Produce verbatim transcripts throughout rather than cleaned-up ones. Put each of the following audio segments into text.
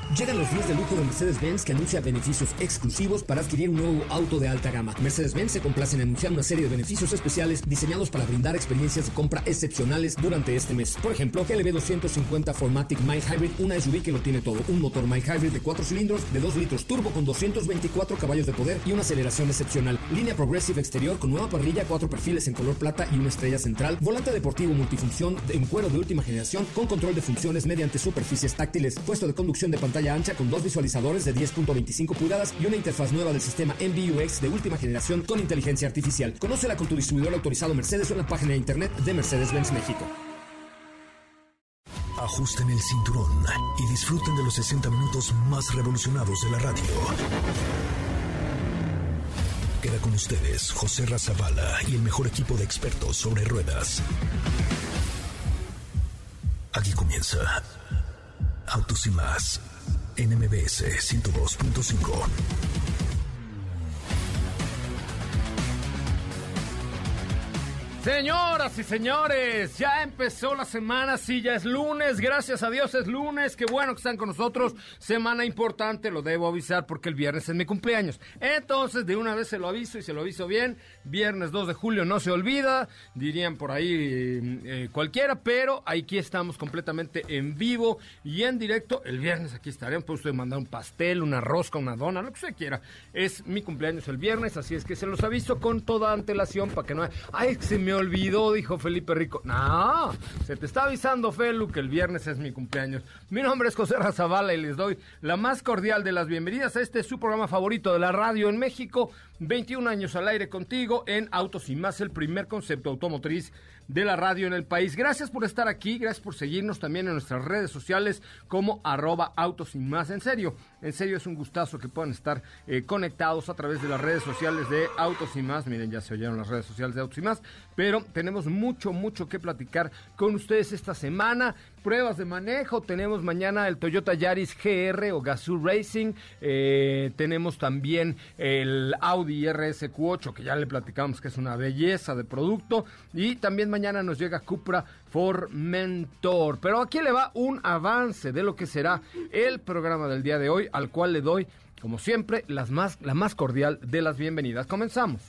Llegan los días de lujo de Mercedes-Benz, que anuncia beneficios exclusivos para adquirir un nuevo auto de alta gama. Mercedes-Benz se complace en anunciar una serie de beneficios especiales diseñados para brindar experiencias de compra excepcionales durante este mes. Por ejemplo, G L B doscientos cincuenta cuatro matic Mild Hybrid, una S U V que lo tiene todo. Un motor Mild Hybrid de cuatro cilindros de dos litros turbo con doscientos veinticuatro caballos de poder y una aceleración excepcional. Línea Progressive exterior con nueva parrilla, cuatro perfiles en color plata y una estrella central. Volante deportivo multifunción en cuero de última generación con control de funciones mediante superficies táctiles. Puesto de conducción de pantalla ancha con dos visualizadores de diez punto veinticinco pulgadas y una interfaz nueva del sistema M B U X de última generación con inteligencia artificial. Conócela con tu distribuidor autorizado Mercedes o en la página de internet de Mercedes-Benz México. Ajusten el cinturón y disfruten de los sesenta minutos más revolucionados de la radio. Queda con ustedes José Razabala y el mejor equipo de expertos sobre ruedas. Aquí comienza Autos y Más en M B S ciento dos punto cinco. Señoras y señores, ya empezó la semana, sí, ya es lunes, gracias a Dios es lunes, qué bueno que están con nosotros, semana importante, lo debo avisar porque el viernes es mi cumpleaños, entonces de una vez se lo aviso y se lo aviso bien, viernes dos de julio no se olvida, dirían por ahí eh, cualquiera, pero aquí estamos completamente en vivo y en directo, el viernes aquí estaremos, puede usted mandar un pastel, una rosca, una dona, lo que usted quiera, es mi cumpleaños el viernes, así es que se los aviso con toda antelación para que no haya, ay, se me olvidó, dijo Felipe Rico. No, se te está avisando, Felu, que el viernes es mi cumpleaños. Mi nombre es José Razabala y les doy la más cordial de las bienvenidas a este su programa favorito de la radio en México. veintiún años al aire contigo en Autos y Más, el primer concepto automotriz de la radio en el país. Gracias por estar aquí, gracias por seguirnos también en nuestras redes sociales como arroba Autos y Más. En serio, en serio es un gustazo que puedan estar eh, conectados a través de las redes sociales de Autos y Más. Miren, ya se oyeron las redes sociales de Autos y Más, pero tenemos mucho, mucho que platicar con ustedes esta semana. Pruebas de manejo, tenemos mañana el Toyota Yaris G R o Gazoo Racing, eh, tenemos también el Audi R S Q ocho, que ya le platicamos que es una belleza de producto, y también mañana nos llega Cupra Formentor. Pero aquí le va un avance de lo que será el programa del día de hoy, al cual le doy, como siempre, las más, la más cordial de las bienvenidas. Comenzamos.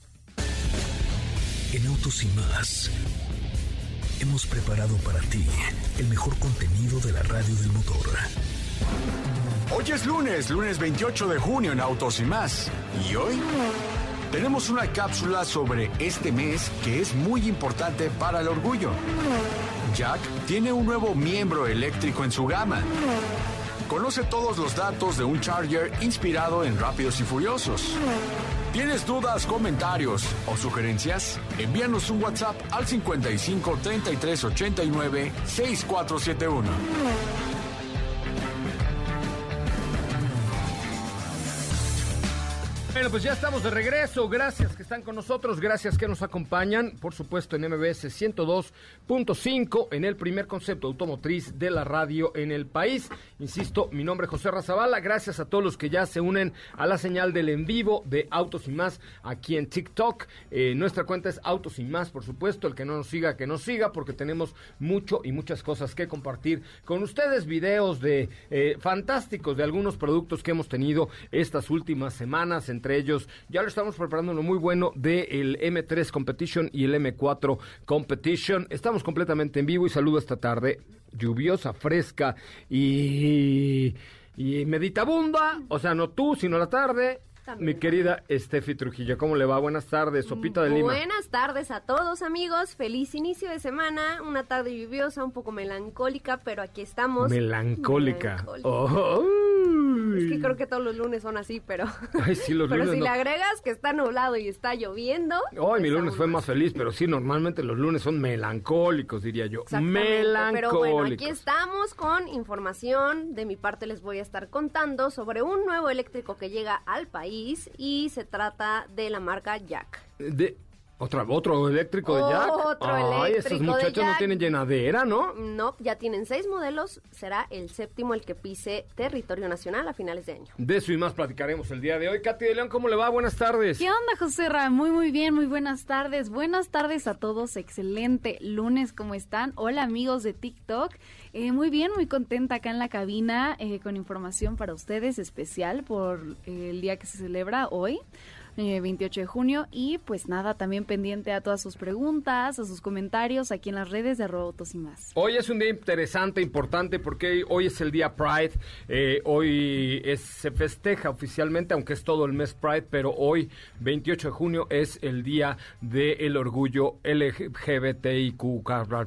En Autos y Más hemos preparado para ti el mejor contenido de la radio del motor. Hoy es lunes, lunes veintiocho de junio en Autos y Más. Y hoy tenemos una cápsula sobre este mes que es muy importante para el orgullo. Jack tiene un nuevo miembro eléctrico en su gama. Conoce todos los datos de un Charger inspirado en Rápidos y Furiosos. ¿Tienes dudas, comentarios o sugerencias? Envíanos un WhatsApp al cincuenta y cinco, treinta y tres, ochenta y nueve, sesenta y cuatro setenta y uno. Bueno, pues ya estamos de regreso, gracias que están con nosotros, gracias que nos acompañan, por supuesto en M B S ciento dos punto cinco, en el primer concepto automotriz de la radio en el país. Insisto, mi nombre es José Razabala, gracias a todos los que ya se unen a la señal del en vivo de Autos y Más aquí en TikTok. Eh, nuestra cuenta es Autos y Más, por supuesto, el que no nos siga, que nos siga, porque tenemos mucho y muchas cosas que compartir con ustedes, videos de eh, fantásticos de algunos productos que hemos tenido estas últimas semanas, entre ellos, ya lo estamos preparando uno muy bueno del M tres Competition y el M cuatro Competition. Estamos completamente en vivo y saludo esta tarde lluviosa, fresca y, y meditabunda, o sea, no tú, sino la tarde. También. Mi querida Estefi Trujillo, ¿cómo le va? Buenas tardes, sopita de lima. Buenas tardes a todos, amigos. Feliz inicio de semana. Una tarde lluviosa, un poco melancólica, pero aquí estamos. Melancólica. Melancólica. Oh. Es que creo que todos los lunes son así, pero... Ay, sí, los pero lunes si no. le agregas que está nublado y está lloviendo... Hoy mi lunes fue más feliz, pero sí, normalmente los lunes son melancólicos, diría yo. Melancólicos. Pero bueno, aquí estamos con información. De mi parte les voy a estar contando sobre un nuevo eléctrico que llega al país y se trata de la marca Jack. De... ¿Otra, ¿Otro eléctrico de Jack? Otro Ay, eléctrico esos de muchachos no Jack. tienen llenadera, ¿no? No, ya tienen seis modelos. Será el séptimo el que pise territorio nacional a finales de año. De eso y más platicaremos el día de hoy. Katy de León, ¿cómo le va? Buenas tardes. ¿Qué onda, José Ra? Muy, muy bien, muy buenas tardes. Buenas tardes a todos. Excelente lunes, ¿cómo están? Hola, amigos de TikTok. Eh, muy bien, muy contenta acá en la cabina eh, con información para ustedes especial por eh, el día que se celebra hoy. veintiocho de junio, y pues nada, también pendiente a todas sus preguntas, a sus comentarios aquí en las redes de arroba autos y más. Hoy es un día interesante, importante, porque hoy es el día Pride, eh, hoy es, se festeja oficialmente, aunque es todo el mes Pride, pero hoy, veintiocho de junio, es el día del orgullo L G B T I Q,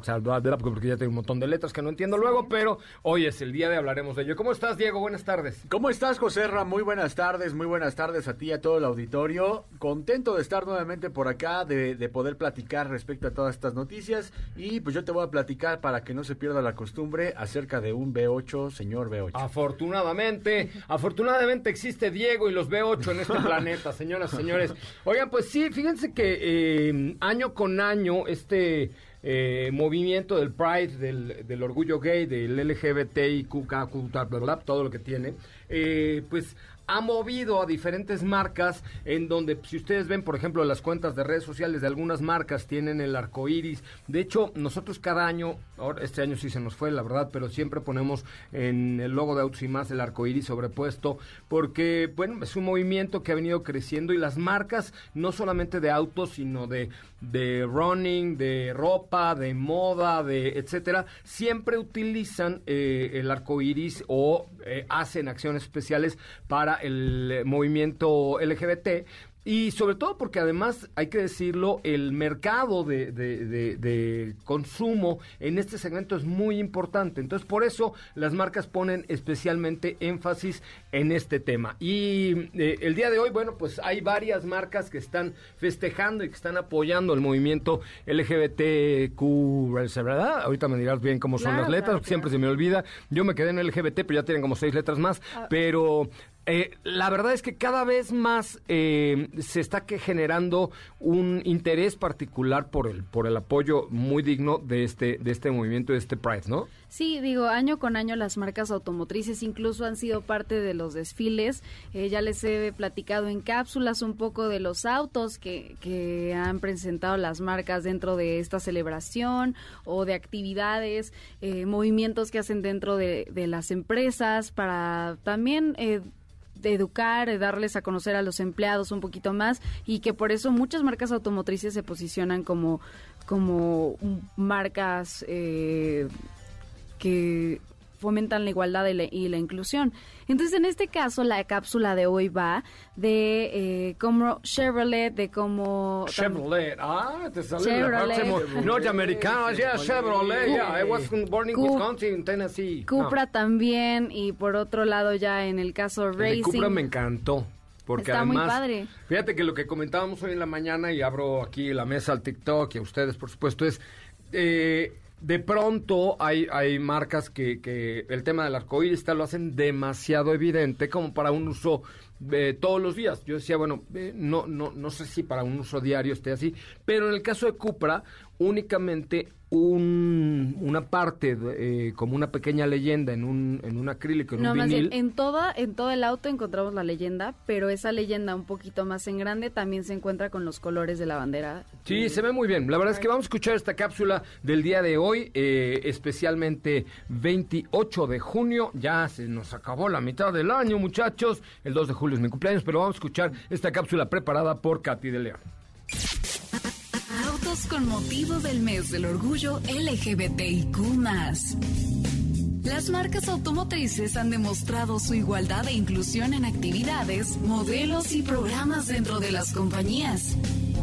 porque ya tengo un montón de letras que no entiendo sí. luego, pero hoy es el día de hablaremos de ello. ¿Cómo estás, Diego? Buenas tardes. ¿Cómo estás, José Ra? Muy buenas tardes, muy buenas tardes a ti y a todo el auditorio. Contento de estar nuevamente por acá, de, de poder platicar respecto a todas estas noticias, y pues yo te voy a platicar para que no se pierda la costumbre acerca de un V ocho, señor V ocho. Afortunadamente, afortunadamente existe Diego y los V ocho en este planeta, señoras y señores. Oigan, pues sí, fíjense que eh, año con año este... Eh, movimiento del Pride, del, del orgullo gay, del L G B T I Q, todo lo que tiene, eh, pues ha movido a diferentes marcas, en donde si ustedes ven, por ejemplo, las cuentas de redes sociales de algunas marcas tienen el arco iris. De hecho, nosotros cada año, ahora este año sí se nos fue, la verdad, pero siempre ponemos en el logo de Autos y Más el arco iris sobrepuesto, porque, bueno, es un movimiento que ha venido creciendo, y las marcas, no solamente de autos, sino de, de running, de ropa, de moda, de etcétera, siempre utilizan eh, el arco iris o eh, hacen acciones especiales para el movimiento L G B T, y sobre todo porque además, hay que decirlo, el mercado de, de, de, de consumo en este segmento es muy importante. Entonces, por eso las marcas ponen especialmente énfasis en este tema. Y eh, el día de hoy, bueno, pues hay varias marcas que están festejando y que están apoyando el movimiento L G B T Q, ¿verdad? Ahorita me dirás bien cómo son claro, las letras, claro, porque siempre se me olvida. Yo me quedé en L G B T, pero ya tienen como seis letras más, ah. pero... Eh, la verdad es que cada vez más eh, se está que generando un interés particular por el por el apoyo muy digno de este de este movimiento, de este Pride, ¿no? Sí, digo, año con año las marcas automotrices incluso han sido parte de los desfiles. Eh, ya les he platicado en cápsulas un poco de los autos que, que han presentado las marcas dentro de esta celebración, o de actividades, eh, movimientos que hacen dentro de, de las empresas para también... Eh, de educar, de darles a conocer a los empleados un poquito más, y que por eso muchas marcas automotrices se posicionan como, como marcas eh, que fomentan la igualdad y la, y la inclusión. Entonces, en este caso, la cápsula de hoy va de eh, cómo Chevrolet, de cómo... Chevrolet, ah, te salió Chevrolet. la parte norteamericana, yeah, Chevrolet, yeah, I was born in Cup- Wisconsin, Tennessee. Cupra No. también, y por otro lado ya en el caso El Racing. de Cupra me encantó. Porque Está muy además, padre. Fíjate que lo que comentábamos hoy en la mañana, y abro aquí la mesa al TikTok y a ustedes, por supuesto, es... Eh, de pronto hay, hay marcas que, que el tema del arcoíris lo hacen demasiado evidente como para un uso eh, todos los días. Yo decía, bueno, eh, no, no, no sé si para un uso diario esté así, pero en el caso de Cupra, únicamente un, una parte, eh, como una pequeña leyenda en un, en un acrílico, en No, un más vinil. bien, en toda, en todo el auto encontramos la leyenda, pero esa leyenda un poquito más en grande también se encuentra con los colores de la bandera. Sí, se ve muy bien. La verdad es que vamos a escuchar esta cápsula del día de hoy, eh, especialmente veintiocho de junio. Ya se nos acabó la mitad del año, muchachos. El dos de julio es mi cumpleaños, pero vamos a escuchar esta cápsula preparada por Katy de León. Autos con motivo del mes del orgullo L G B T I Q más. Las marcas automotrices han demostrado su igualdad e inclusión en actividades, modelos y programas dentro de las compañías.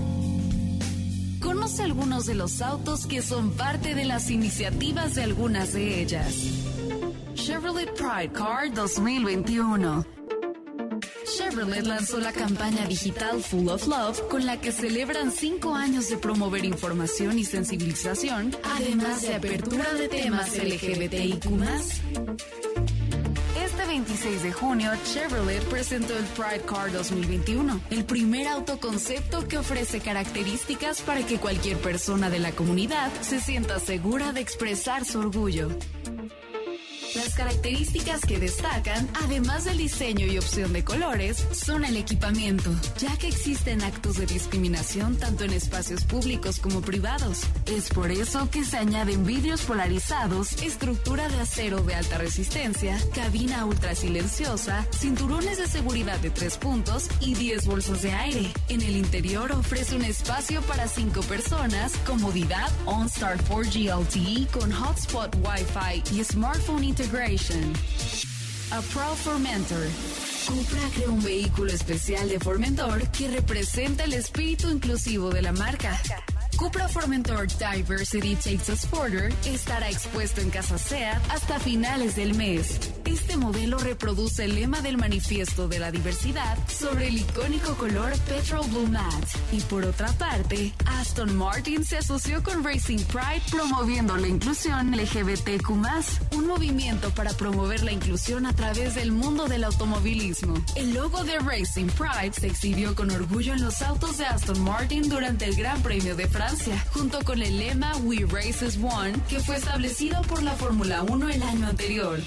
Conoce algunos de los autos que son parte de las iniciativas de algunas de ellas. Chevrolet Pride Car dos mil veintiuno. Chevrolet lanzó la campaña digital Full of Love, con la que celebran cinco años de promover información y sensibilización, además de apertura de temas L G B T I Q más. Este veintiséis de junio, Chevrolet presentó el Pride Car dos mil veintiuno, el primer autoconcepto que ofrece características para que cualquier persona de la comunidad se sienta segura de expresar su orgullo. Las características que destacan, además del diseño y opción de colores, son el equipamiento, ya que existen actos de discriminación tanto en espacios públicos como privados. Es por eso que se añaden vidrios polarizados, estructura de acero de alta resistencia, cabina ultra silenciosa, cinturones de seguridad de tres puntos y diez bolsas de aire. En el interior ofrece un espacio para cinco personas, comodidad OnStar cuatro G L T E con hotspot Wi-Fi y smartphone integration. A Proud Formentor. Cupra creó un vehículo especial de Formentor que representa el espíritu inclusivo de la marca. Cupra Formentor Diversity Takes Us Further estará expuesto en Casa SEAT hasta finales del mes. Este modelo reproduce el lema del Manifiesto de la Diversidad sobre el icónico color Petrol Blue Matte. Y por otra parte, Aston Martin se asoció con Racing Pride promoviendo la inclusión L G B T Q más, un movimiento para promover la inclusión a través del mundo del automovilismo. El logo de Racing Pride se exhibió con orgullo en los autos de Aston Martin durante el Gran Premio de Francia, junto con el lema We Race as One, que fue establecido por la Fórmula uno el año anterior.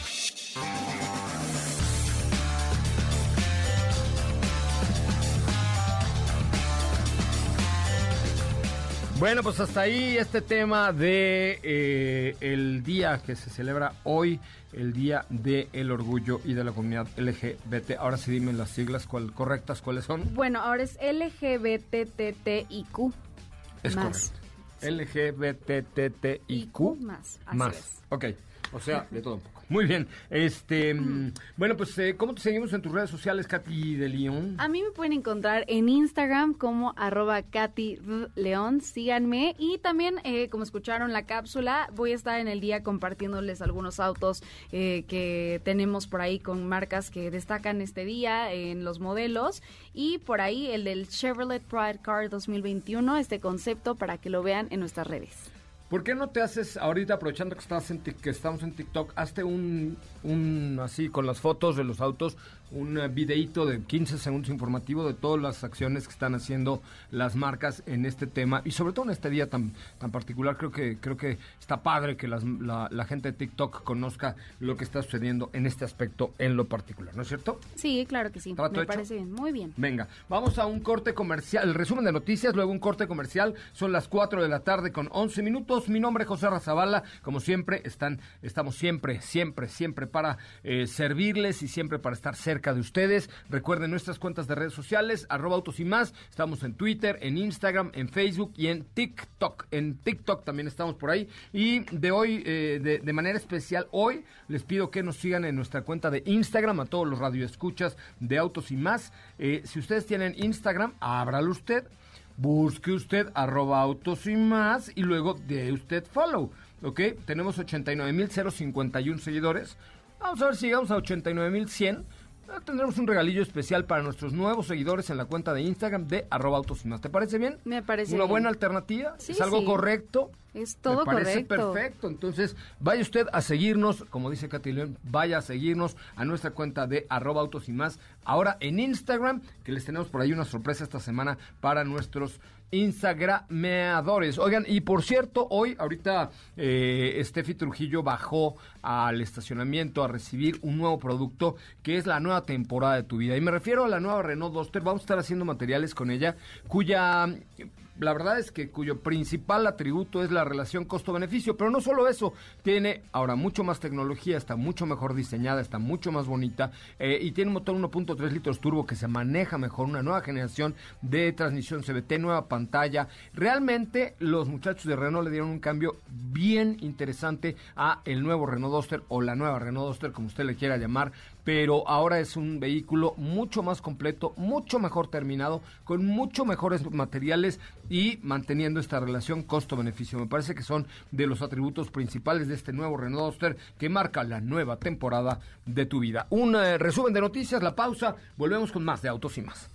Bueno, pues hasta ahí este tema de eh, el día que se celebra hoy, el Día del Orgullo y de la Comunidad L G B T. Ahora sí dime las siglas cuál, correctas, ¿cuáles son? Bueno, ahora es L G B T T T I Q. Es más. correcto. L G B T T T I Q más. Así más. es. Ok. O sea, de todo un poco. Muy bien. Este, mm. Bueno, pues, eh, ¿cómo te seguimos en tus redes sociales, Katy de León? A mí me pueden encontrar en Instagram como arroba Katy León. Síganme. Y también, eh, como escucharon la cápsula, voy a estar en el día compartiéndoles algunos autos eh, que tenemos por ahí con marcas que destacan este día en los modelos. Y por ahí el del Chevrolet Pride Car dos mil veintiuno, este concepto para que lo vean en nuestras redes. ¿Por qué no te haces, ahorita aprovechando que estás en que estamos en TikTok, hazte un, un así con las fotos de los autos, un videíto de quince segundos informativo de todas las acciones que están haciendo las marcas en este tema y sobre todo en este día tan tan particular? Creo que creo que está padre que las, la, la gente de TikTok conozca lo que está sucediendo en este aspecto en lo particular, ¿no es cierto? Sí, claro que sí. Me hecho? parece bien, muy bien. Venga, vamos a un corte comercial, el resumen de noticias, luego un corte comercial, son las cuatro de la tarde con once minutos. Mi nombre es José Razabala, como siempre, están, estamos siempre, siempre, siempre para eh, servirles y siempre para estar cerca de ustedes. Recuerden nuestras cuentas de redes sociales, arroba autos y más, estamos en Twitter, en Instagram, en Facebook y en TikTok. En TikTok también estamos por ahí. Y de hoy, eh, de, de manera especial, hoy les pido que nos sigan en nuestra cuenta de Instagram, a todos los radioescuchas de Autos y Más. Eh, si ustedes tienen Instagram, ábralo usted. Busque usted arroba autos y más y luego de usted follow, ¿ok? Tenemos ochenta y nueve mil cincuenta y uno seguidores. Vamos a ver si llegamos a ochenta y nueve mil cien. Tendremos un regalillo especial para nuestros nuevos seguidores en la cuenta de Instagram de arroba autos y más. ¿Te parece bien? Me parece ¿Una bien. buena alternativa? Sí, ¿Es algo sí. correcto? Es todo Me parece correcto. perfecto. Entonces, vaya usted a seguirnos, como dice Katy León, vaya a seguirnos a nuestra cuenta de arroba autos y más. Ahora en Instagram, que les tenemos por ahí una sorpresa esta semana para nuestros instagrameadores. Oigan, y por cierto, hoy, ahorita, eh, Steffi Trujillo bajó al estacionamiento a recibir un nuevo producto que es la nueva temporada de tu vida. Y me refiero a la nueva Renault Duster. Vamos a estar haciendo materiales con ella, cuya... La verdad es que cuyo principal atributo es la relación costo-beneficio, pero no solo eso, tiene ahora mucho más tecnología, está mucho mejor diseñada, está mucho más bonita eh, y tiene un motor uno punto tres litros turbo que se maneja mejor, una nueva generación de transmisión C V T, nueva pantalla. Realmente los muchachos de Renault le dieron un cambio bien interesante a el nuevo Renault Duster o la nueva Renault Duster, como usted le quiera llamar, pero ahora es un vehículo mucho más completo, mucho mejor terminado, con mucho mejores materiales y manteniendo esta relación costo-beneficio. Me parece que son de los atributos principales de este nuevo Renault Duster que marca la nueva temporada de tu vida. Un eh, resumen de noticias, la pausa, volvemos con más de Autos y Más.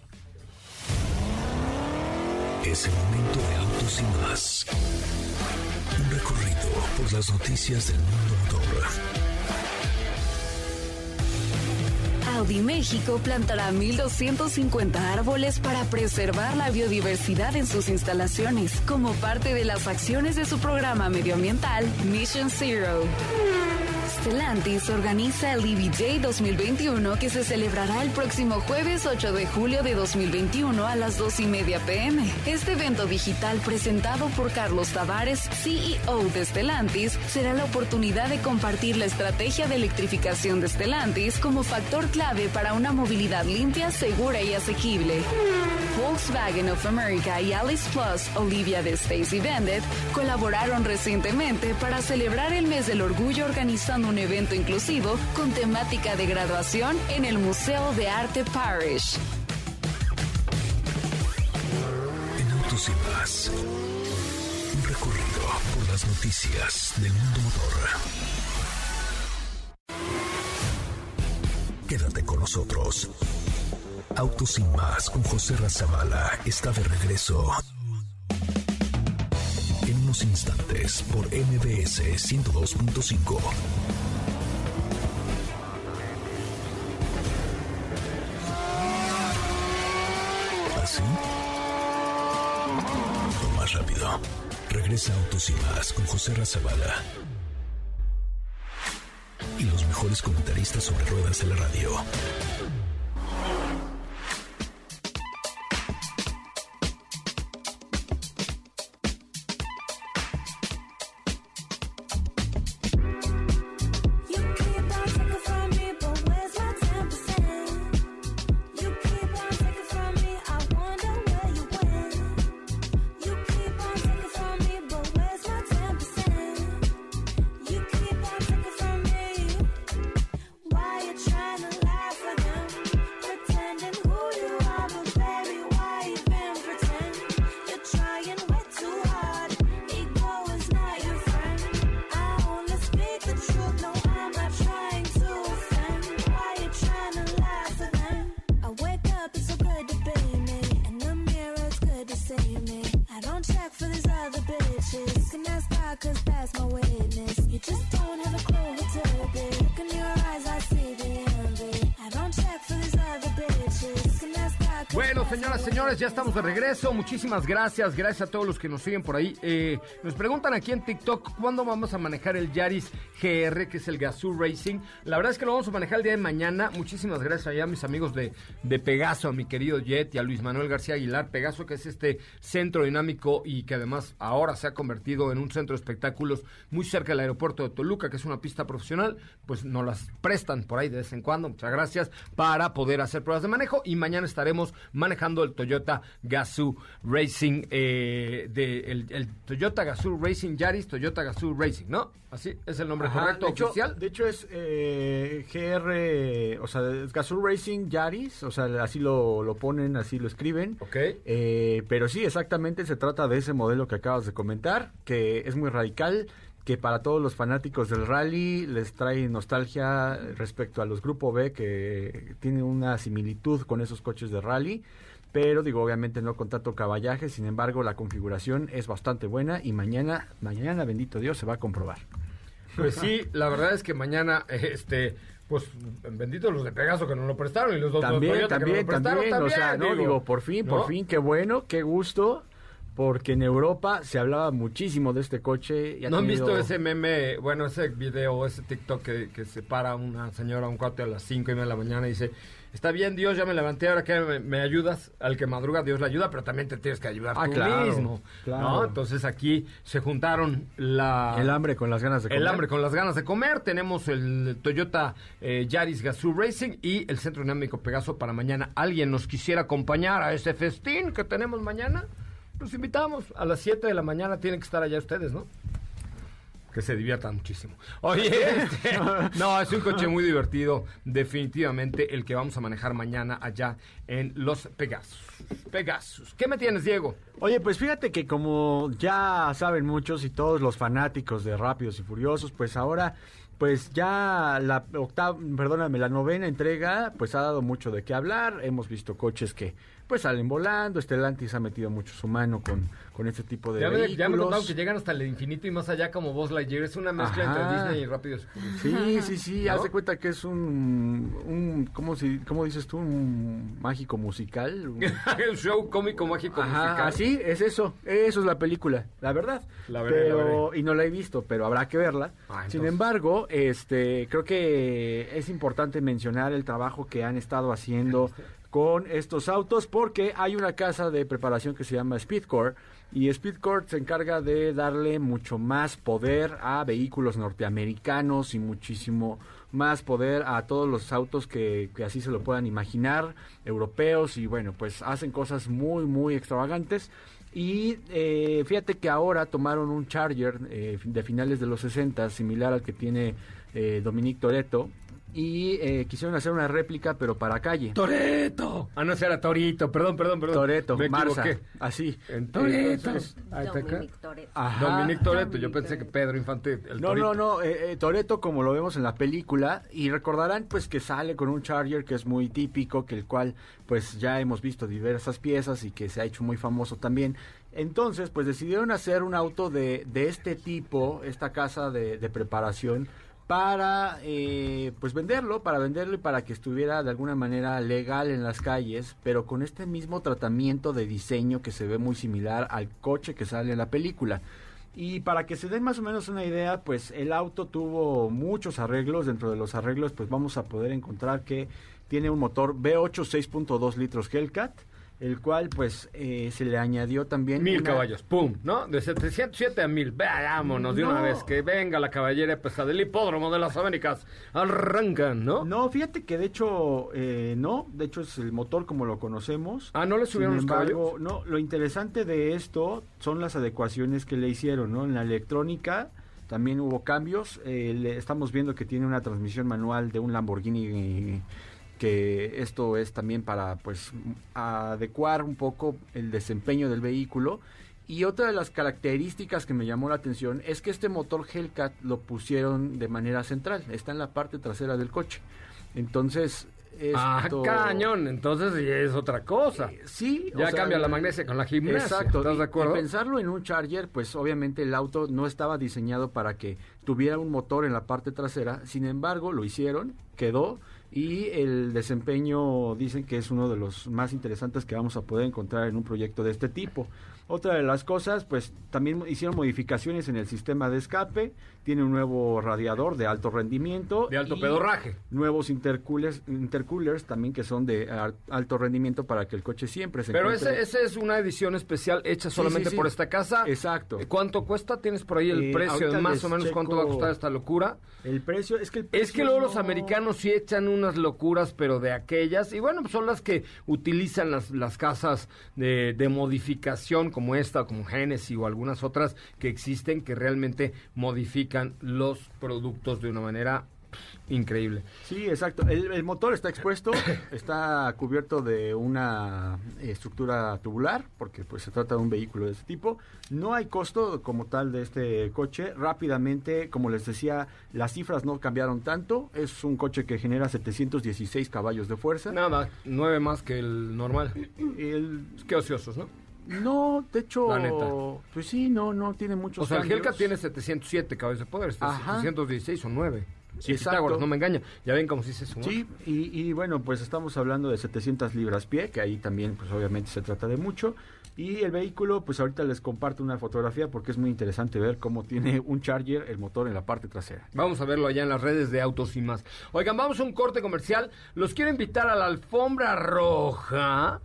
Es el momento de Autos y Más. Un recorrido por las noticias del mundo motor. Audi México plantará mil doscientos cincuenta árboles para preservar la biodiversidad en sus instalaciones, como parte de las acciones de su programa medioambiental Mission Zero. Stellantis organiza el E V Day dos mil veintiuno, que se celebrará el próximo jueves ocho de julio de dos mil veintiuno a las dos y media pm. Este evento digital, presentado por Carlos Tavares, C E O de Stellantis, será la oportunidad de compartir la estrategia de electrificación de Stellantis como factor clave para una movilidad limpia, segura y asequible. Volkswagen of America y Alice Plus, Olivia de Stacey Bendet, colaboraron recientemente para celebrar el mes del orgullo, organizando un evento inclusivo con temática de graduación en el Museo de Arte Parrish. En Autos y Más, un recorrido por las noticias del mundo motor. Quédate con nosotros. Autos y Más con José Razabala está de regreso en unos instantes por M B S ciento dos punto cinco. ¿Así? O más rápido. Regresa Autos y Más con José Razabala y los mejores comentaristas sobre ruedas de la radio. Bueno, señoras, señores, ya estamos de regreso. Muchísimas gracias, gracias a todos los que nos siguen por ahí. Eh, nos preguntan aquí en TikTok cuándo vamos a manejar el Yaris G R, que es el Gazoo Racing. La verdad es que lo vamos a manejar el día de mañana. Muchísimas gracias allá a mis amigos de, de Pegaso, a mi querido Jet y a Luis Manuel García Aguilar. Pegaso, que es este centro dinámico y que además ahora se ha convertido en un centro de espectáculos muy cerca del aeropuerto de Toluca, que es una pista profesional. Pues nos las prestan por ahí de vez en cuando. Muchas gracias, para poder hacer pruebas de manejo. Y mañana estaremos manejando el Toyota Gazoo Racing, eh, de, el, el Toyota Gazoo Racing Yaris, Toyota Gazoo Racing, ¿no? Así es el nombre. Ajá, correcto, de hecho, oficial. De hecho es eh, G R, o sea, es Gazoo Racing Yaris, o sea, así lo, lo ponen, así lo escriben. Ok. Eh, pero sí, exactamente se trata de ese modelo que acabas de comentar, que es muy radical, que para todos los fanáticos del rally les trae nostalgia respecto a los Grupo B, que tienen una similitud con esos coches de rally, pero digo, obviamente no con tanto caballaje. Sin embargo, la configuración es bastante buena y mañana, mañana, bendito Dios, se va a comprobar. Pues sí, la verdad es que mañana, este... pues benditos los de Pegaso que nos lo prestaron y los otros también, Toyota también, que nos lo prestaron también, también. O sea, no, digo, digo por fin, ¿no? por fin, qué bueno, qué gusto. Porque en Europa se hablaba muchísimo de este coche. Y ha ¿No han tenido... visto ese meme, bueno, ese video, ese TikTok que, que se para una señora, un cuate a las cinco y media de la mañana y dice, está bien, Dios, ya me levanté, ahora que me, me ayudas? Al que madruga, Dios le ayuda, pero también te tienes que ayudar ah, tú claro, mismo, claro. ¿no? Entonces aquí se juntaron la... El hambre con las ganas de comer. El hambre con las ganas de comer. Tenemos el Toyota eh, Yaris Gazoo Racing y el Centro Dinámico Pegaso para mañana. ¿Alguien nos quisiera acompañar a ese festín que tenemos mañana? Los invitamos. A las siete de la mañana tienen que estar allá ustedes, ¿no? Que se diviertan muchísimo. Oye, este, no, es un coche muy divertido, definitivamente, el que vamos a manejar mañana allá en los Pegasus. Pegasus. ¿Qué me tienes, Diego? Oye, pues fíjate que como ya saben muchos y todos los fanáticos de Rápidos y Furiosos, pues ahora... Pues ya la octava, perdóname, la novena entrega, pues ha dado mucho de qué hablar. Hemos visto coches que pues salen volando. Stellantis ha metido mucho su mano con, con este tipo de ya vehículos. Me, ya me contaron que llegan hasta el infinito y más allá como Buzz Lightyear. Es una mezcla Ajá. entre Disney y Rápidos y Furiosos. Sí, sí, sí. ¿No? Haz de cuenta que es un, un ¿cómo, si, ¿cómo dices tú? ¿Un mágico musical? Un... El show cómico mágico Ajá, musical. Así, es eso. Eso es la película, la verdad. La veré, pero, la veré. Y no la he visto, pero habrá que verla. Ah, Sin embargo, este, creo que es importante mencionar el trabajo que han estado haciendo con estos autos, porque hay una casa de preparación que se llama Speedcore, y Speedcore se encarga de darle mucho más poder a vehículos norteamericanos y muchísimo más poder a todos los autos que, que así se lo puedan imaginar, europeos, y bueno, pues hacen cosas muy, muy extravagantes. Y eh, fíjate que ahora tomaron un Charger eh, de finales de los sesenta, similar al que tiene eh, Dominique Toretto, y eh, quisieron hacer una réplica, pero para calle. ¡Toretto! Ah, no, ese era Torito, perdón, perdón, perdón. Toretto, me Marza, equivoqué. así. En Toretto. Dominic Toretto. Ajá. Dominique Toretto, yo pensé que Pedro Infante, el No, Torito. no, no, eh, eh, Toretto, como lo vemos en la película, y recordarán pues que sale con un Charger que es muy típico, que el cual pues ya hemos visto diversas piezas y que se ha hecho muy famoso también. Entonces pues decidieron hacer un auto de, de este tipo, esta casa de, de preparación, para eh, pues venderlo, para venderlo y para que estuviera de alguna manera legal en las calles, pero con este mismo tratamiento de diseño que se ve muy similar al coche que sale en la película. Y para que se den más o menos una idea, pues el auto tuvo muchos arreglos. Dentro de los arreglos pues vamos a poder encontrar que tiene un motor V ocho seis punto dos litros Hellcat, el cual pues eh, se le añadió también Mil una... caballos, pum, ¿no? De setecientos siete a mil, vámonos de No. una vez, que venga la caballera pesada del hipódromo de las Américas, arrancan, ¿no? No, fíjate que de hecho eh, no, de hecho es el motor como lo conocemos. Ah, ¿no le subieron Sin los embargo, caballos? no, lo interesante de esto son las adecuaciones que le hicieron, ¿no? En la electrónica también hubo cambios. Eh, le, estamos viendo que tiene una transmisión manual de un Lamborghini, eh, que esto es también para pues adecuar un poco el desempeño del vehículo. Y otra de las características que me llamó la atención es que este motor Hellcat lo pusieron de manera central, está en la parte trasera del coche. Entonces, esto... Ah, cañón, entonces ya es otra cosa. Eh, sí. Ya o sea, cambia la magnesia con la gimnasia. Exacto. ¿Estás y, de acuerdo? y pensarlo en un Charger, pues obviamente el auto no estaba diseñado para que tuviera un motor en la parte trasera. Sin embargo, lo hicieron, quedó, y el desempeño dicen que es uno de los más interesantes que vamos a poder encontrar en un proyecto de este tipo. Otra de las cosas, pues también hicieron modificaciones en el sistema de escape, tiene un nuevo radiador de alto rendimiento. De alto y pedorraje. Nuevos intercoolers, intercoolers también que son de a- alto rendimiento para que el coche siempre se Pero encuentre... ese, ese es una edición especial hecha Sí, solamente sí, sí. por esta casa. Exacto. ¿Cuánto cuesta? ¿Tienes por ahí el Eh, precio de ahorita más les o menos cuánto va a checo costar esta locura? El precio, es que el Es precio que luego los no- americanos sí echan unas locuras, pero de aquellas, y bueno, pues son las que utilizan las, las casas de, de modificación como esta, como Genesis o algunas otras que existen, que realmente modifican los productos de una manera pff, increíble. Sí, exacto. El, el motor está expuesto, está cubierto de una estructura tubular, porque pues se trata de un vehículo de este tipo. No hay costo como tal de este coche. Rápidamente, como les decía, las cifras no cambiaron tanto. Es un coche que genera setecientos dieciséis caballos de fuerza. Nada, nueve más que el normal. El, Qué ociosos, ¿no? no, de hecho, La neta. pues sí, no, no tiene muchos O sea, el cambios. Hellcat tiene setecientos siete caballos de poder, este Ajá. setecientos dieciséis o nueve. Sí, Exacto. Pitágoras, no me engaña. Ya ven cómo sí se sumó. Sí, y, y bueno, pues estamos hablando de setecientas libras pie, que ahí también pues obviamente se trata de mucho. Y el vehículo, pues ahorita les comparto una fotografía porque es muy interesante ver cómo tiene un Charger el motor en la parte trasera. Vamos a verlo allá en las redes de Autos y Más. Oigan, vamos a un corte comercial. Los quiero invitar a la alfombra roja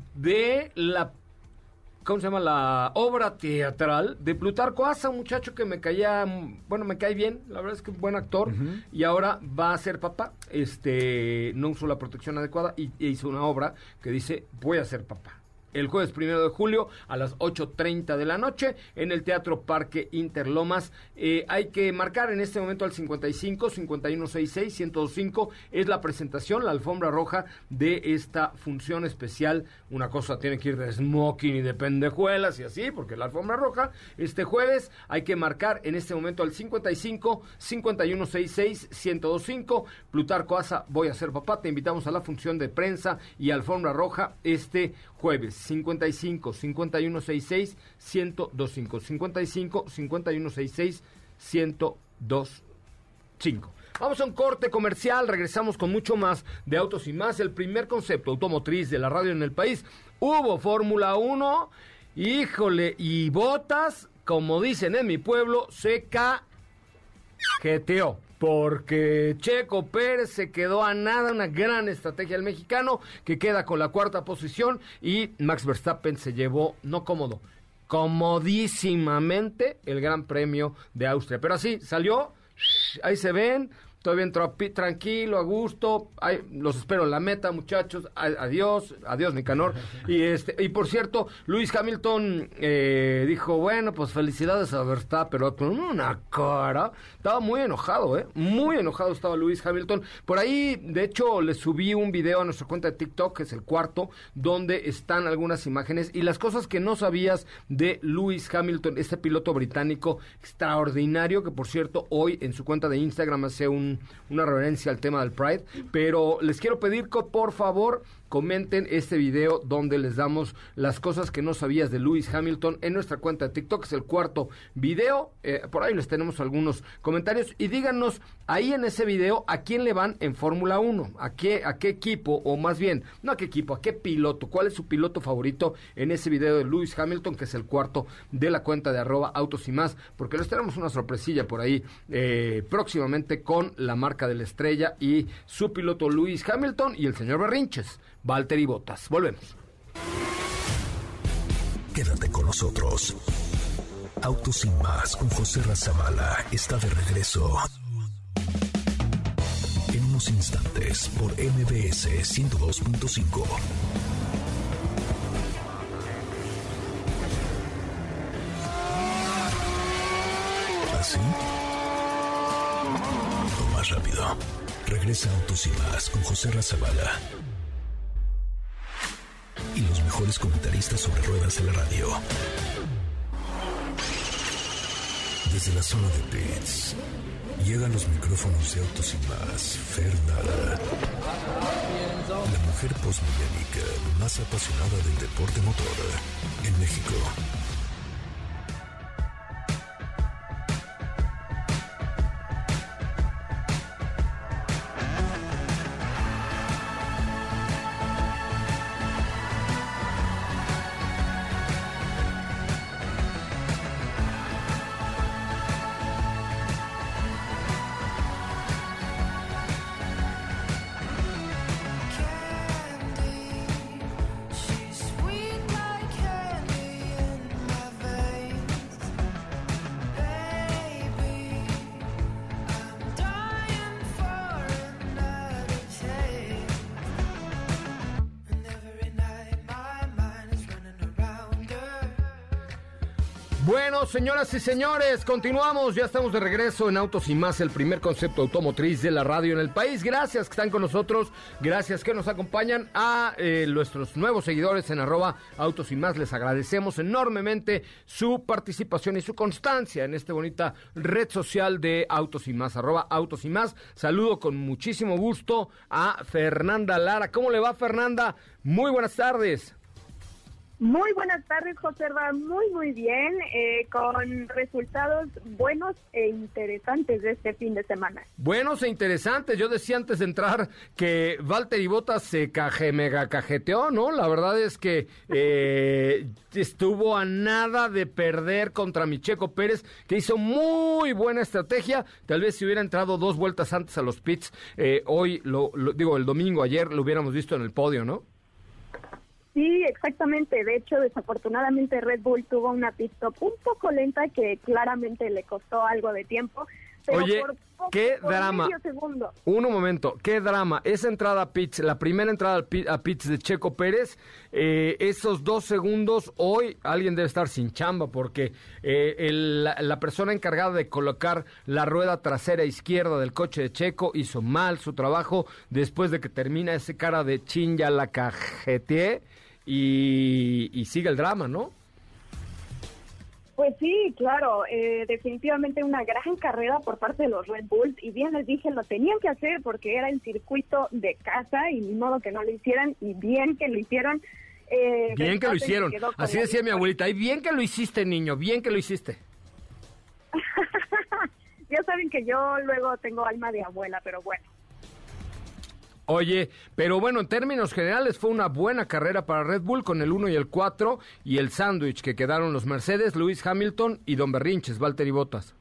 de la... ¿Cómo se llama? La obra teatral de Plutarco Asa, un muchacho que me caía, bueno, me cae bien, la verdad es que es buen actor, Ujú. y ahora va a ser papá, este, no usó la protección adecuada y, e hizo una obra que dice, voy a ser papá. El jueves primero de julio a las ocho treinta de la noche en el Teatro Parque Interlomas. Eh, hay que marcar en este momento al cincuenta y cinco, cincuenta y uno sesenta y seis, ciento cinco. Es la presentación, la alfombra roja de esta función especial. Una cosa tiene que ir de smoking y de pendejuelas y así, porque la alfombra roja este jueves hay que marcar en este momento al cincuenta y cinco, cincuenta y uno sesenta y seis, ciento cinco. Plutarco Asa, voy a ser papá. Te invitamos a la función de prensa y alfombra roja este jueves. cincuenta y cinco, cincuenta y uno sesenta y seis, ciento veinticinco. cincuenta y cinco, cincuenta y uno sesenta y seis, ciento veinticinco. Vamos a un corte comercial, regresamos con mucho más de Autos y Más, el primer concepto automotriz de la radio en el país. Hubo Fórmula uno, híjole, y Bottas, como dicen en mi pueblo, se cajeteó. Porque Checo Pérez se quedó a nada, una gran estrategia del mexicano, que queda con la cuarta posición, y Max Verstappen se llevó, no cómodo, comodísimamente el Gran Premio de Austria. Pero así, salió, ahí se ven, todavía entró tranquilo, a gusto, ahí, los espero en la meta, muchachos, adiós, adiós Nicanor. Y este y por cierto, Lewis Hamilton eh, dijo, bueno, pues felicidades a Verstappen, pero con una cara, estaba muy enojado, ¿eh? Muy enojado estaba Lewis Hamilton. Por ahí, de hecho, le subí un video a nuestra cuenta de TikTok, que es el cuarto, donde están algunas imágenes y las cosas que no sabías de Lewis Hamilton, este piloto británico extraordinario, que por cierto, hoy en su cuenta de Instagram hace un una referencia al tema del Pride, pero les quiero pedir que por favor comenten este video donde les damos las cosas que no sabías de Lewis Hamilton en nuestra cuenta de TikTok, es el cuarto video, eh, por ahí les tenemos algunos comentarios, y díganos ahí en ese video a quién le van en Fórmula uno, a qué, a qué equipo, o más bien, no a qué equipo, a qué piloto, cuál es su piloto favorito en ese video de Lewis Hamilton, que es el cuarto de la cuenta de arroba Autos y Más, porque les tenemos una sorpresilla por ahí eh, próximamente con la marca de la estrella y su piloto Lewis Hamilton y el señor Berrinches, Valtteri Bottas. Volvemos. Quédate con nosotros. Autos y Más con José Razabala está de regreso. En unos instantes por M B S ciento dos punto cinco. ¿Así? O más rápido. Regresa Autos y Más con José Razabala y los mejores comentaristas sobre ruedas de la radio. Desde la zona de pits llegan los micrófonos de Autos y Más. Fernanda, la mujer posmillénica más apasionada del deporte motor en México. Bueno, señoras y señores, continuamos, ya estamos de regreso en Autos y Más, el primer concepto automotriz de la radio en el país. Gracias que están con nosotros, gracias que nos acompañan. A eh, nuestros nuevos seguidores en arroba Autos y Más, les agradecemos enormemente su participación y su constancia en esta bonita red social de Autos y Más, arroba Autos y Más. Saludo con muchísimo gusto a Fernanda Lara. ¿Cómo le va, Fernanda? Muy buenas tardes. Muy buenas tardes, José. Va muy, muy bien, eh, con resultados buenos e interesantes de este fin de semana. Buenos e interesantes. Yo decía antes de entrar que Valtteri Bottas se caje, mega cajeteó, ¿no? La verdad es que eh, estuvo a nada de perder contra mi Checo Pérez, que hizo muy buena estrategia. Tal vez si hubiera entrado dos vueltas antes a los pits, eh, hoy, lo, lo digo, el domingo, ayer, lo hubiéramos visto en el podio, ¿no? Sí, exactamente. De hecho, desafortunadamente Red Bull tuvo una pit stop un poco lenta que claramente le costó algo de tiempo. Pero Oye, por poco, qué por drama. medio segundo. Un momento, qué drama. Esa entrada a pits, la primera entrada a pits de Checo Pérez, eh, esos dos segundos, hoy alguien debe estar sin chamba porque eh, el, la, la persona encargada de colocar la rueda trasera izquierda del coche de Checo hizo mal su trabajo después de que termina ese cara de chin, ya la cajeteé. Y, y sigue el drama, ¿no? Pues sí, claro, eh, definitivamente una gran carrera por parte de los Red Bulls, y bien les dije, lo tenían que hacer porque era el circuito de casa y ni modo que no lo hicieran, y bien que lo hicieron. Eh, bien que lo hicieron, así decía mi abuelita, y bien que lo hiciste, niño, bien que lo hiciste. Ya saben que yo luego tengo alma de abuela, pero bueno. Oye, pero bueno, en términos generales fue una buena carrera para Red Bull con el uno y el cuatro y el sándwich que quedaron los Mercedes, Lewis Hamilton y Don Berrinches, Valtteri Bottas.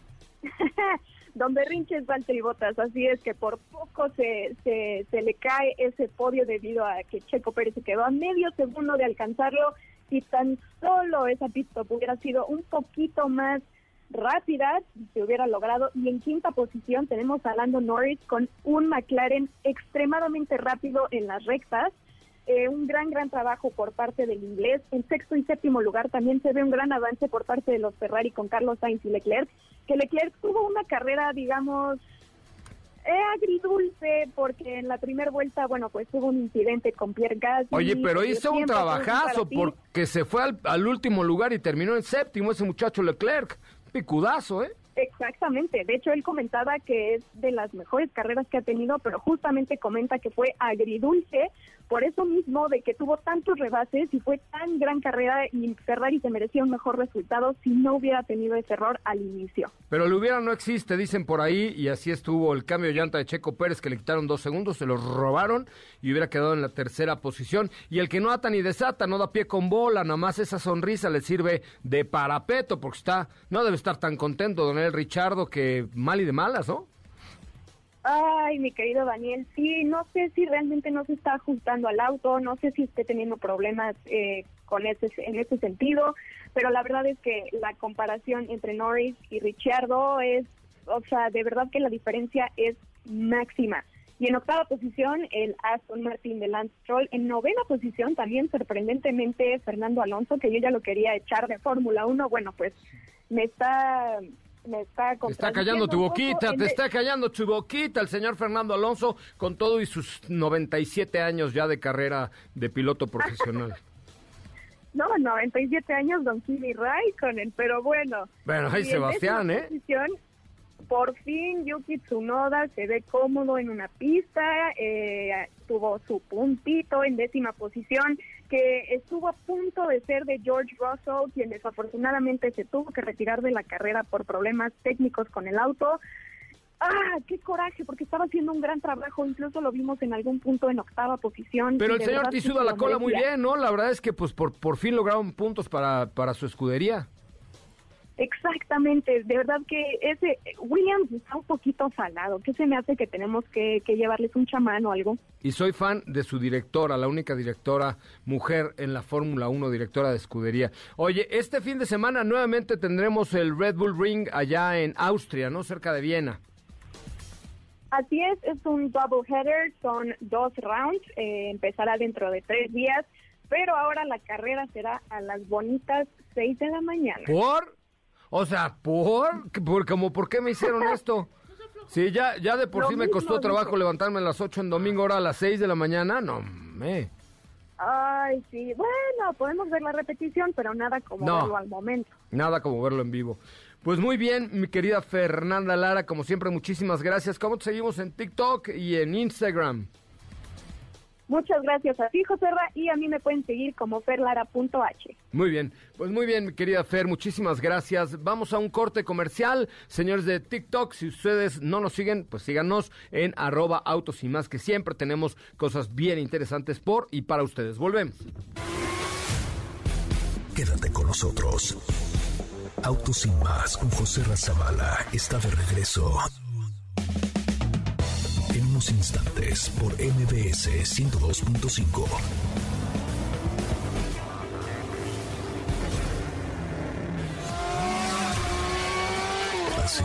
Don Berrinches, Valtteri Bottas, así es que por poco se, se, se le cae ese podio debido a que Checo Pérez se quedó a medio segundo de alcanzarlo y tan solo esa pit stop hubiera sido un poquito más rápida, se hubiera logrado. Y en quinta posición tenemos a Lando Norris con un McLaren extremadamente rápido en las rectas, eh, un gran, gran trabajo por parte del inglés. En sexto y séptimo lugar también se ve un gran avance por parte de los Ferrari con Carlos Sainz y Leclerc, que Leclerc tuvo una carrera, digamos, eh, agridulce, porque en la primera vuelta, bueno, pues tuvo un incidente con Pierre Gasly. Oye, pero hizo un trabajazo porque se fue al, al último lugar y terminó en séptimo ese muchacho Leclerc. Picudazo, ¿eh? Exactamente, de hecho él comentaba que es de las mejores carreras que ha tenido, pero justamente comenta que fue agridulce por eso mismo de que tuvo tantos rebases y fue tan gran carrera y Ferrari se merecía un mejor resultado si no hubiera tenido ese error al inicio. Pero el hubiera no existe, dicen por ahí, y así estuvo el cambio de llanta de Checo Pérez, que le quitaron dos segundos, se los robaron y hubiera quedado en la tercera posición. Y el que no ata ni desata, no da pie con bola, nada más esa sonrisa le sirve de parapeto, porque está, no debe estar tan contento don El Richardo, que mal y de malas, ¿no? Ay, mi querido Daniel, sí, no sé si realmente no se está ajustando al auto, no sé si esté teniendo problemas eh, con ese en ese sentido, pero la verdad es que la comparación entre Norris y Ricciardo es, o sea, de verdad que la diferencia es máxima. Y en octava posición, el Aston Martin de Lance Stroll. En novena posición, también sorprendentemente, Fernando Alonso, que yo ya lo quería echar de Fórmula uno. Bueno, pues me está... Me está, te está callando tu boquita, te está callando tu boquita el señor Fernando Alonso, con todo y sus noventa y siete años ya de carrera de piloto profesional. No, noventa y siete años don Kimi Raikkonen, pero bueno. Bueno, ahí Sebastián, ¿eh? Posición, por fin Yuki Tsunoda se ve cómodo en una pista, eh, tuvo su puntito en décima posición, que estuvo a punto de ser de George Russell, quien desafortunadamente se tuvo que retirar de la carrera por problemas técnicos con el auto. ¡Ah, qué coraje! Porque estaba haciendo un gran trabajo, incluso lo vimos en algún punto en octava posición. Pero el señor te suda la cola muy bien, ¿no? La verdad es que pues por, por fin lograron puntos para, para su escudería. Exactamente, de verdad que ese Williams está un poquito salado. ¿Qué se me hace que tenemos que, que llevarles un chamán o algo? Y soy fan de su directora, la única directora mujer en la Fórmula uno, directora de escudería. Oye, este fin de semana nuevamente tendremos el Red Bull Ring allá en Austria, ¿no? Cerca de Viena. Así es, es un double header, son dos rounds, eh, empezará dentro de tres días, pero ahora la carrera será a las bonitas seis de la mañana. ¿Por? O sea, ¿por? ¿Por, como, ¿por qué me hicieron esto? Sí, ya, ya de por Lo sí me costó trabajo dice. levantarme a las ocho en domingo, ahora a las seis de la mañana, no, me... Ay, sí, bueno, podemos ver la repetición, pero nada como no, verlo al momento. Nada como verlo en vivo. Pues muy bien, mi querida Fernanda Lara, como siempre, muchísimas gracias. ¿Cómo te seguimos en TikTok y en Instagram? Muchas gracias a ti, Joserra, y a mí me pueden seguir como ferlara punto h. Muy bien, pues muy bien, mi querida Fer, muchísimas gracias. Vamos a un corte comercial. Señores de TikTok, si ustedes no nos siguen, pues síganos en arroba autos y más, que siempre tenemos cosas bien interesantes por y para ustedes. Volvemos. Quédate con nosotros. Autos y más con Joserra Zavala está de regreso. En unos instantes por M B S ciento dos punto cinco. ¿Así?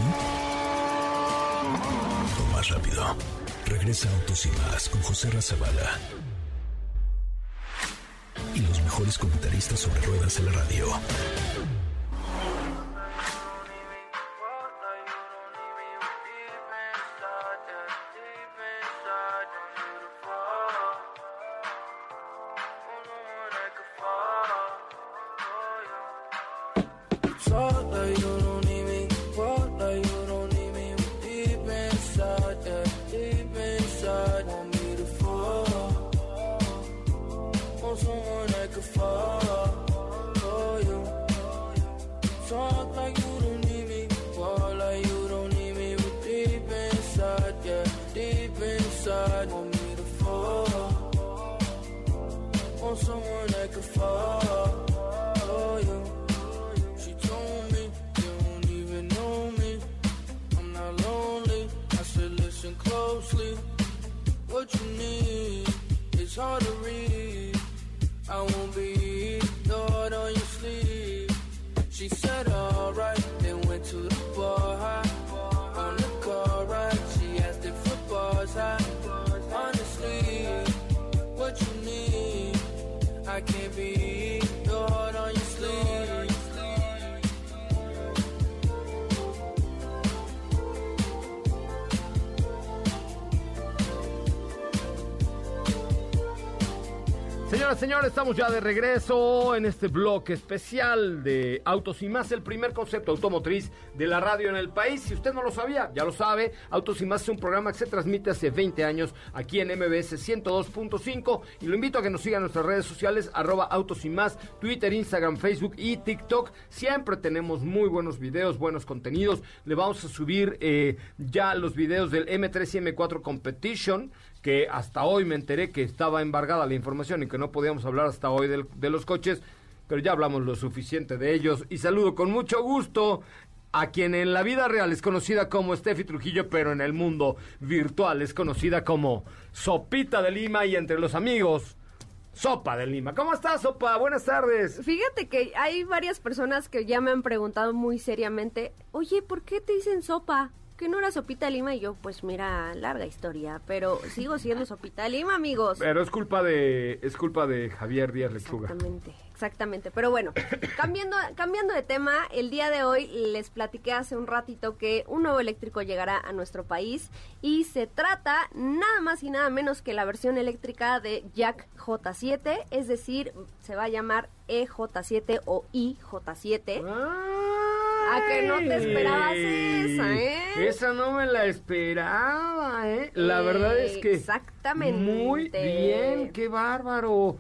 O más rápido. Regresa Autos y más con Joserra Zavala. Y los mejores comentaristas sobre ruedas en la radio. Talk like you don't need me, walk like you don't need me. It's hard to read. I won't be ignored on your sleeve. She said alright, then went to the bar. On the car ride, she asked if football's hot. Honestly, what you need, I can't be ignored on your sleeve. Señoras, señores, estamos ya de regreso en este bloque especial de Autos y Más, el primer concepto automotriz de la radio en el país. Si usted no lo sabía, ya lo sabe, Autos y Más es un programa que se transmite hace veinte años aquí en M B S ciento dos punto cinco y lo invito a que nos siga en nuestras redes sociales, arroba Autos y Más, Twitter, Instagram, Facebook y TikTok. Siempre tenemos muy buenos videos, buenos contenidos. Le vamos a subir eh, ya los videos del M tres y M cuatro Competition, que hasta hoy me enteré que estaba embargada la información y que no podíamos hablar hasta hoy de, de los coches, pero ya hablamos lo suficiente de ellos. Y saludo con mucho gusto a quien en la vida real es conocida como Steffi Trujillo, pero en el mundo virtual es conocida como Sopita de Lima, y entre los amigos, Sopa de Lima. ¿Cómo estás, Sopa? Buenas tardes. Fíjate que hay varias personas que ya me han preguntado muy seriamente, oye, ¿por qué te dicen Sopa? ¿Que no era Sopita de Lima? Y yo, pues mira, larga historia, pero sigo siendo Sopita de Lima, amigos. Pero es culpa de es culpa de Javier Díaz Lechuga. Exactamente, exactamente. Pero bueno, cambiando, cambiando de tema, el día de hoy les platiqué hace un ratito que un nuevo eléctrico llegará a nuestro país y se trata nada más y nada menos que la versión eléctrica de Jack J siete, es decir, se va a llamar E J siete o I J siete. ¿A que no te esperabas esa, eh? Esa no me la esperaba, ¿eh? La eh, verdad es que... Exactamente. Muy bien, qué bárbaro.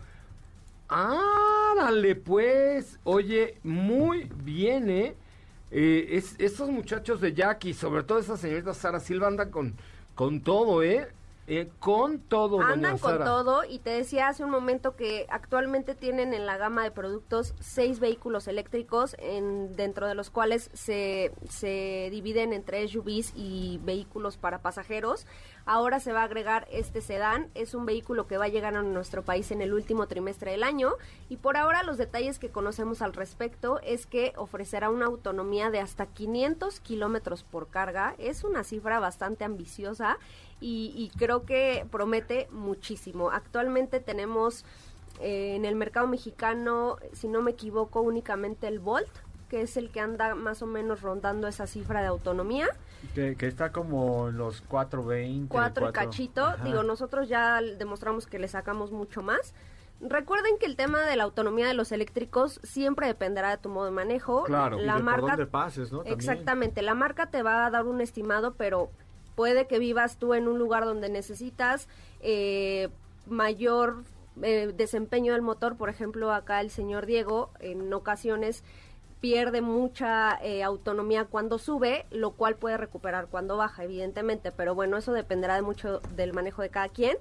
Ah, dale pues. Oye, muy bien, ¿eh? eh es, estos muchachos de Jack y sobre todo esa señorita Sara Silva andan con, con todo, ¿eh? Eh, con todo, doña Andan con Sara. todo, y te decía hace un momento que actualmente tienen en la gama de productos seis vehículos eléctricos, en, dentro de los cuales se, se dividen entre S U Vs y vehículos para pasajeros. Ahora se va a agregar este sedán, es un vehículo que va a llegar a nuestro país en el último trimestre del año, y por ahora los detalles que conocemos al respecto es que ofrecerá una autonomía de hasta quinientos kilómetros por carga. Es una cifra bastante ambiciosa y, y creo que promete muchísimo. Actualmente tenemos eh, en el mercado mexicano, si no me equivoco, únicamente el Volt, que es el que anda más o menos rondando esa cifra de autonomía. Que, que está como en los cuatro veinte. Cuatro y cachito. Ajá. Digo, nosotros ya demostramos que le sacamos mucho más. Recuerden que el tema de la autonomía de los eléctricos siempre dependerá de tu modo de manejo. Claro, la y de marca, por dónde pases, ¿no? También. Exactamente, la marca te va a dar un estimado, pero puede que vivas tú en un lugar donde necesitas eh, mayor eh, desempeño del motor. Por ejemplo, acá el señor Diego en ocasiones pierde mucha eh, autonomía cuando sube, lo cual puede recuperar cuando baja, evidentemente, pero bueno, eso dependerá de mucho del manejo de cada quien.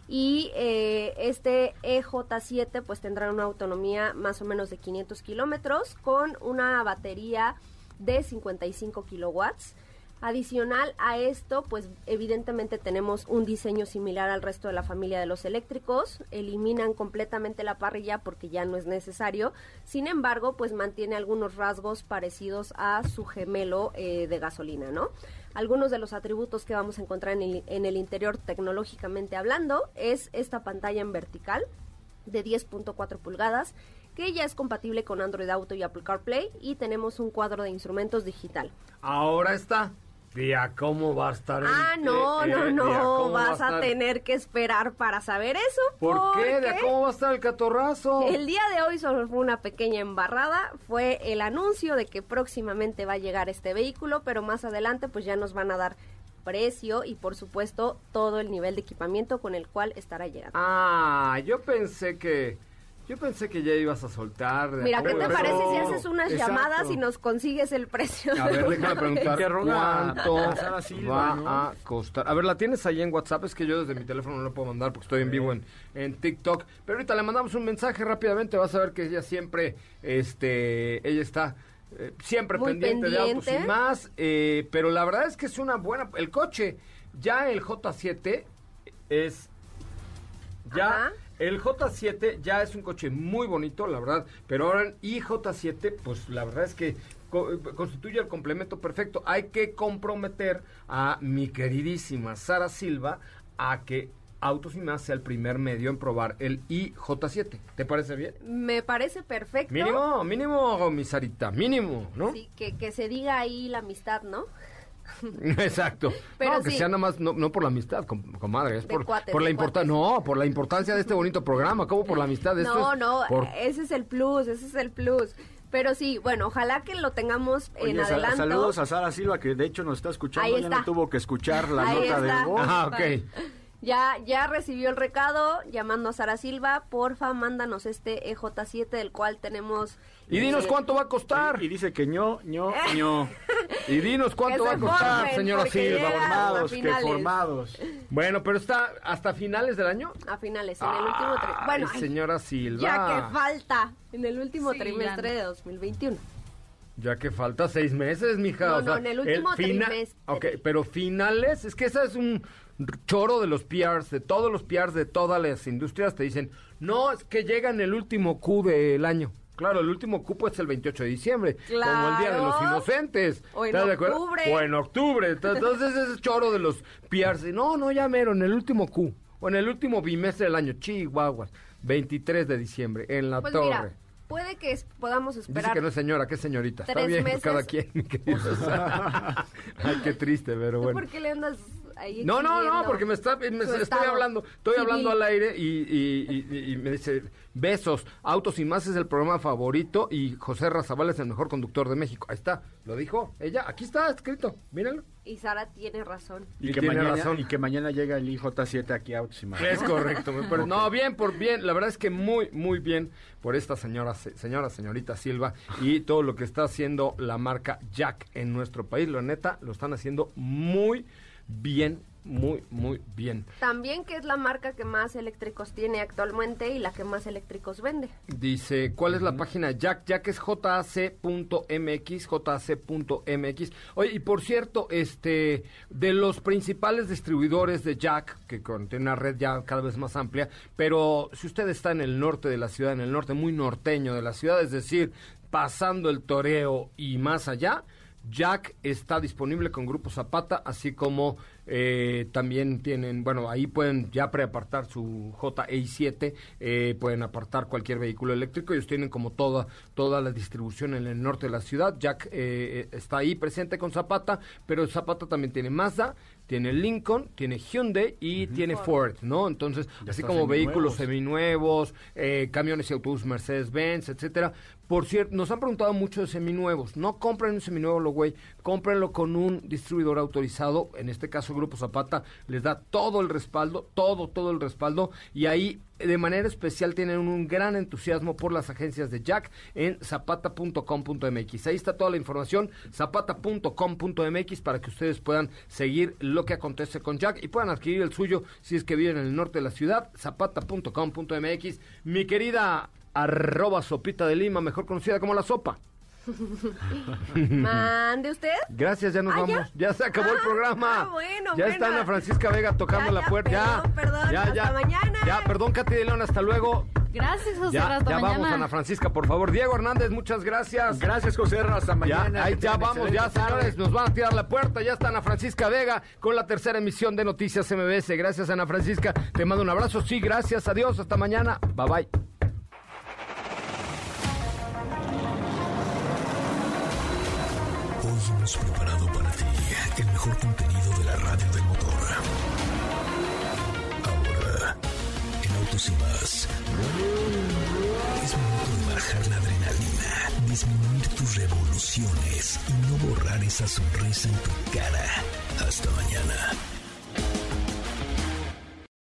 Y eh, este E J siete pues tendrá una autonomía más o menos de quinientos kilómetros con una batería de cincuenta y cinco kilowatts. Adicional a esto, pues evidentemente tenemos un diseño similar al resto de la familia de los eléctricos. Eliminan completamente la parrilla porque ya no es necesario. Sin embargo, pues mantiene algunos rasgos parecidos a su gemelo eh, de gasolina, ¿no? Algunos de los atributos que vamos a encontrar en el, en el interior tecnológicamente hablando es esta pantalla en vertical de diez punto cuatro pulgadas, que ya es compatible con Android Auto y Apple CarPlay, y tenemos un cuadro de instrumentos digital. Ahora está. ¿Ya cómo va a estar? El, ah, no, eh, no, eh, no, vas a, a tener que esperar para saber eso. ¿Por qué? ¿De cómo va a estar el catorrazo? El día de hoy solo fue una pequeña embarrada, fue el anuncio de que próximamente va a llegar este vehículo, pero más adelante pues ya nos van a dar precio y por supuesto todo el nivel de equipamiento con el cual estará llegando. Ah, yo pensé que... Yo pensé que ya ibas a soltar. Mira, ¿qué te pero... parece si haces unas Exacto. llamadas y nos consigues el precio? A ver, déjame preguntar cuánto Silva, va ¿no? a costar. A ver, ¿la tienes ahí en WhatsApp? Es que yo desde mi teléfono no lo puedo mandar porque estoy en vivo en, en TikTok. Pero ahorita le mandamos un mensaje rápidamente. Vas a ver que ella siempre, este, ella está eh, siempre pendiente, pendiente de autos y más. Eh, pero la verdad es que es una buena... El coche, ya el J siete es... Ya Ajá. el J siete ya es un coche muy bonito, la verdad, pero ahora el I J siete, pues la verdad es que co- constituye el complemento perfecto. Hay que comprometer a mi queridísima Sara Silva a que Autos y Más sea el primer medio en probar el I J siete. ¿Te parece bien? Me parece perfecto. Mínimo, mínimo, mi Sarita, mínimo, ¿no? Sí, que, que se diga ahí la amistad, ¿no? Exacto. Pero no, que sí. sea nada más, no, no por la amistad, com- comadre, es De por, cuates, por la de importancia, no, por la importancia de este bonito programa, ¿cómo por la amistad? Esto No, es no, por- ese es el plus, ese es el plus. Pero sí, bueno, ojalá que lo tengamos en Oye, sal- adelanto. saludos a Sara Silva, que de hecho nos está escuchando. Ahí Ya está. no tuvo que escuchar la Ahí nota está. de voz. Ajá, ok. Ya, ya recibió el recado llamando a Sara Silva, porfa, mándanos este E J siete del cual tenemos... Y dinos eh, cuánto va a costar. Y dice que ño, ño, ño. Y dinos cuánto Que va a se costar, formen, señora porque Silva. llega- Formados, a que finales. formados. Bueno, pero está hasta finales del año. A finales, en el último trimestre. Ay, Bueno, ay, señora Silva. ya que falta, en el último Sí, trimestre ya. de dos mil veintiuno. Ya que falta seis meses, mija. No, o sea, no, en el último fina- trimestre. Ok, pero finales, es que ese es un choro de los P Rs, de todos los P Rs de todas las industrias. Te dicen, no, es que llega en el último Q del año. Claro, el último cupo es el veintiocho de diciembre, como el Día de los Claro. Inocentes. O en ¿Estás de acuerdo? octubre. O en octubre. Entonces ese choro de los P Rs. No, no, ya mero, en el último Q. O en el último bimestre del año. Chihuahuas. veintitrés de diciembre, en la Pues torre. mira, puede que es- podamos Dice esperar. que no es señora, que es señorita. Está tres bien, meses. cada quien, mi querido. Ay, qué triste, pero ¿Tú bueno. por qué le andas ahí No, no, no, exhibiendo porque me está, me su estoy estado hablando, estoy civil? hablando al aire y, y- y- y me dice, besos, Autos y Más es el programa favorito y José Razabal es el mejor conductor de México. Ahí está, lo dijo ella, aquí está escrito, míralo. Y Sara tiene razón. Y, Y que tiene mañana, razón. y que mañana llega el I J siete aquí a Autos y Más. Es ¿no? correcto, me parece. No, bien, por bien. La verdad es que muy, muy bien por esta señora, se- señora, señorita Silva y todo lo que está haciendo la marca Jack en nuestro país. La neta, lo están haciendo muy bien, muy, muy bien. También que es la marca que más eléctricos tiene actualmente y la que más eléctricos vende. Dice, ¿cuál es la página de Jack? Jack es J A C punto M X, J A C punto M X. Oye, y por cierto, este, de los principales distribuidores de Jack, que contiene una red ya cada vez más amplia, pero si usted está en el norte de la ciudad, en el norte muy norteño de la ciudad, es decir, pasando el Toreo y más allá, Jack está disponible con Grupo Zapata, así como eh, también tienen, bueno, ahí pueden ya preapartar su J A I siete, eh, pueden apartar cualquier vehículo eléctrico. Ellos tienen como toda toda la distribución en el norte de la ciudad. Jack eh, está ahí presente con Zapata, pero Zapata también tiene Mazda, tiene Lincoln, tiene Hyundai y tiene Ford, ¿no? Entonces, Ya así está, como seminuevos. vehículos seminuevos, eh, camiones y autobuses Mercedes-Benz, etcétera. Por cierto, nos han preguntado mucho de seminuevos. No compren un seminuevo, lo güey. Cómprenlo con un distribuidor autorizado. En este caso, Grupo Zapata les da todo el respaldo, todo, todo el respaldo. Y ahí, de manera especial, tienen un gran entusiasmo por las agencias de Jack en zapata punto com punto m x. Ahí está toda la información, zapata punto com punto m x, para que ustedes puedan seguir lo que acontece con Jack y puedan adquirir el suyo si es que viven en el norte de la ciudad, zapata punto com punto m x. Mi querida arroba sopita de Lima, mejor conocida como La Sopa. Mande usted. Gracias, ya nos Ah, vamos. Ya, ¿ya? se acabó el Ah, programa. ah, bueno, ya bueno. está Ana Francisca Vega tocando Ya, la ya, puerta. Ya, perdón, perdón, ya, ya. hasta mañana. Ya, perdón, Katy de León, hasta luego. Gracias, José. Ya, hasta ya mañana. vamos, Ana Francisca, por favor. Diego Hernández, muchas gracias. Gracias, José R. Hasta Ya, mañana. ahí Que ya tengan vamos, ya excelente tarde. señores, nos van a tirar la puerta. Ya está Ana Francisca Vega con la tercera emisión de Noticias M B S. Gracias, Ana Francisca. Te mando un abrazo. Sí, gracias. Adiós. Hasta mañana. Bye bye. Hoy hemos preparado para ti el mejor contenido de la radio del motor. Ahora, en Autos y Más, es momento de bajar la adrenalina, disminuir tus revoluciones y no borrar esa sonrisa en tu cara.